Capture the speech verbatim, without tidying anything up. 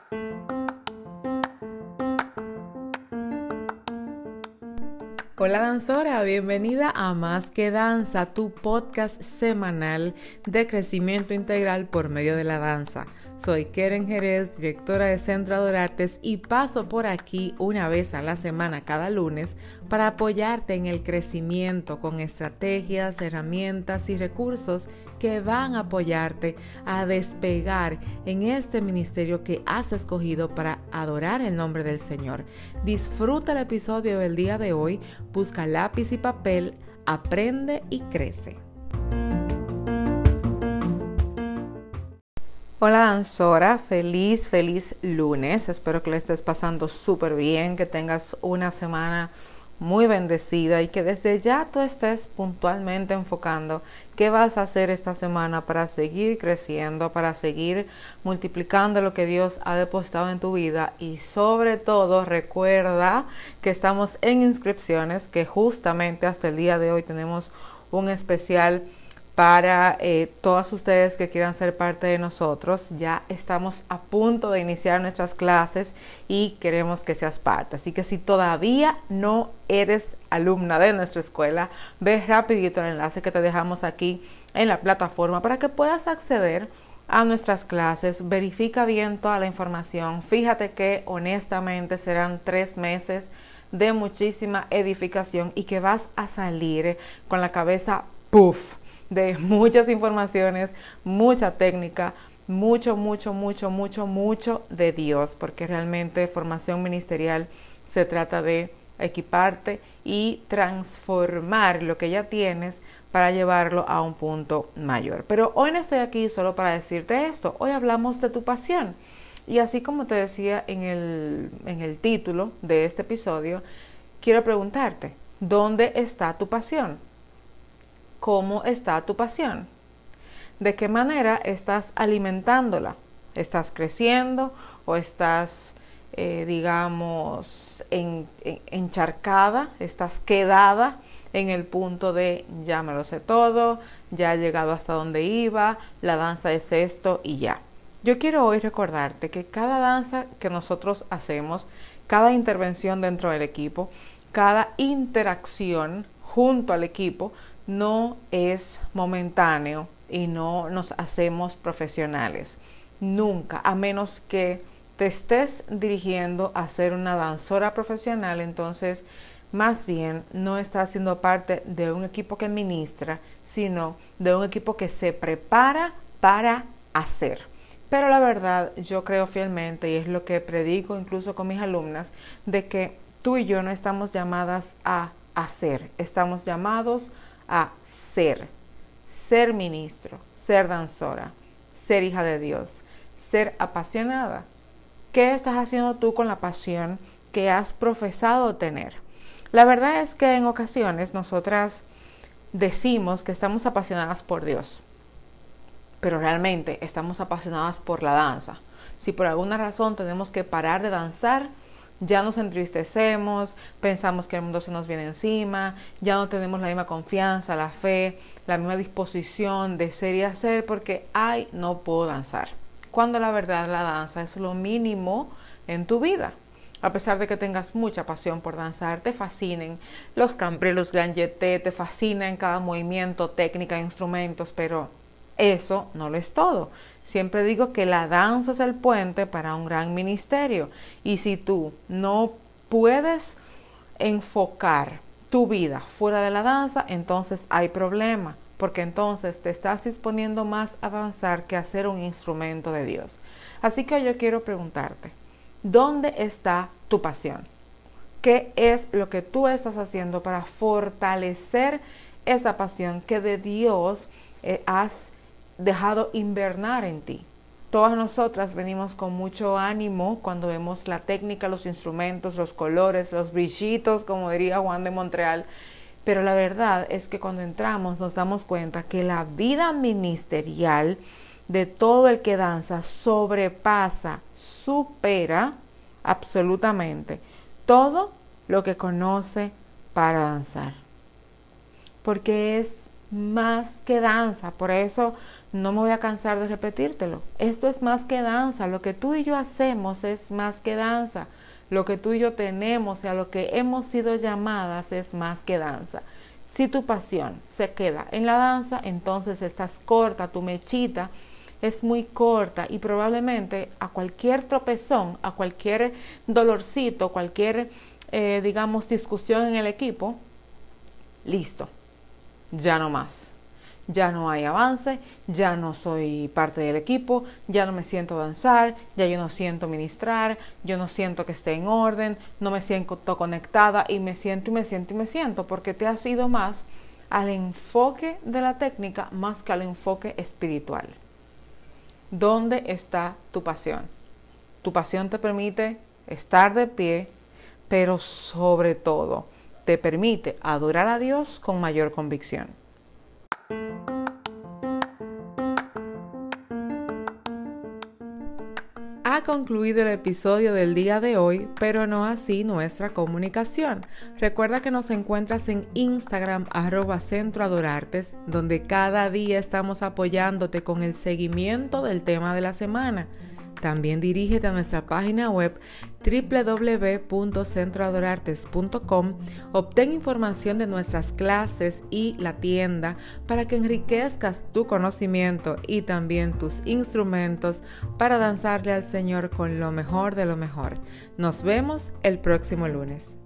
Hola danzora, bienvenida a Más que Danza, tu podcast semanal de crecimiento integral por medio de la danza. Soy Keren Jerez, directora de Centro Adorartes y paso por aquí una vez a la semana cada lunes para apoyarte en el crecimiento con estrategias, herramientas y recursos que van a apoyarte a despegar en este ministerio que has escogido para adorar el nombre del Señor. Disfruta el episodio del día de hoy, busca lápiz y papel, aprende y crece. Hola danzora, feliz, feliz lunes. Espero que le estés pasando súper bien, que tengas una semana muy bendecida y que desde ya tú estés puntualmente enfocando qué vas a hacer esta semana para seguir creciendo, para seguir multiplicando lo que Dios ha depositado en tu vida. Y sobre todo recuerda que estamos en inscripciones, que justamente hasta el día de hoy tenemos un especial para eh, todas ustedes que quieran ser parte de nosotros. Ya estamos a punto de iniciar nuestras clases y queremos que seas parte. Así que si todavía no eres alumna de nuestra escuela, ve rapidito el enlace que te dejamos aquí en la plataforma para que puedas acceder a nuestras clases. Verifica bien toda la información. Fíjate que honestamente serán tres meses de muchísima edificación y que vas a salir con la cabeza puff de muchas informaciones, mucha técnica, mucho, mucho, mucho, mucho, mucho de Dios, porque realmente formación ministerial se trata de equiparte y transformar lo que ya tienes para llevarlo a un punto mayor. Pero hoy no estoy aquí solo para decirte esto, hoy hablamos de tu pasión. Y así como te decía en el, en el título de este episodio, quiero preguntarte, ¿dónde está tu pasión? ¿Cómo está tu pasión? ¿De qué manera estás alimentándola? ¿Estás creciendo o estás, eh, digamos, en, en, encharcada? ¿Estás quedada en el punto de ya me lo sé todo, ya he llegado hasta donde iba, la danza es esto y ya? Yo quiero hoy recordarte que cada danza que nosotros hacemos, cada intervención dentro del equipo, cada interacción junto al equipo, no es momentáneo y no nos hacemos profesionales. Nunca, a menos que te estés dirigiendo a ser una danzora profesional, entonces más bien no estás siendo parte de un equipo que ministra, sino de un equipo que se prepara para hacer. Pero la verdad, yo creo fielmente, y es lo que predico incluso con mis alumnas, de que tú y yo no estamos llamadas a hacer, estamos llamados a ser, ser ministro, ser danzora, ser hija de Dios, ser apasionada. ¿Qué estás haciendo tú con la pasión que has profesado tener? La verdad es que en ocasiones nosotras decimos que estamos apasionadas por Dios, pero realmente estamos apasionadas por la danza. Si por alguna razón tenemos que parar de danzar, ya nos entristecemos, pensamos que el mundo se nos viene encima, ya no tenemos la misma confianza, la fe, la misma disposición de ser y hacer porque, ay, no puedo danzar. Cuando la verdad la danza es lo mínimo en tu vida. A pesar de que tengas mucha pasión por danzar, te fascinen los cambrés, los grand jeté, te fascina en cada movimiento, técnica, instrumentos, pero eso no lo es todo. Siempre digo que la danza es el puente para un gran ministerio. Y si tú no puedes enfocar tu vida fuera de la danza, entonces hay problema. Porque entonces te estás disponiendo más a avanzar que a ser un instrumento de Dios. Así que yo quiero preguntarte, ¿dónde está tu pasión? ¿Qué es lo que tú estás haciendo para fortalecer esa pasión que de Dios eh, has dejado invernar en ti? Todas nosotras venimos con mucho ánimo cuando vemos la técnica, los instrumentos, los colores, los brillitos, como diría Juan de Montreal. Pero la verdad es que cuando entramos nos damos cuenta que la vida ministerial de todo el que danza sobrepasa, supera absolutamente todo lo que conoce para danzar. Porque es más que danza. Por eso no me voy a cansar de repetírtelo. Esto es más que danza. Lo que tú y yo hacemos es más que danza. Lo que tú y yo tenemos y a lo que hemos sido llamadas es más que danza. Si tu pasión se queda en la danza, entonces estás corta, tu mechita es muy corta y probablemente a cualquier tropezón, a cualquier dolorcito, cualquier, eh, digamos, discusión en el equipo, listo, ya no más. Ya no hay avance, ya no soy parte del equipo, ya no me siento danzar, ya yo no siento ministrar, yo no siento que esté en orden, no me siento conectada y me siento y me siento y me siento porque te has ido más al enfoque de la técnica más que al enfoque espiritual. ¿Dónde está tu pasión? Tu pasión te permite estar de pie, pero sobre todo te permite adorar a Dios con mayor convicción. Ha concluido el episodio del día de hoy, pero no así nuestra comunicación. Recuerda que nos encuentras en Instagram arroba Centro Adorartes, donde cada día estamos apoyándote con el seguimiento del tema de la semana. También dirígete a nuestra página web doble u doble u doble u punto centro adorartes punto com, obtén información de nuestras clases y la tienda para que enriquezcas tu conocimiento y también tus instrumentos para danzarle al Señor con lo mejor de lo mejor. Nos vemos el próximo lunes.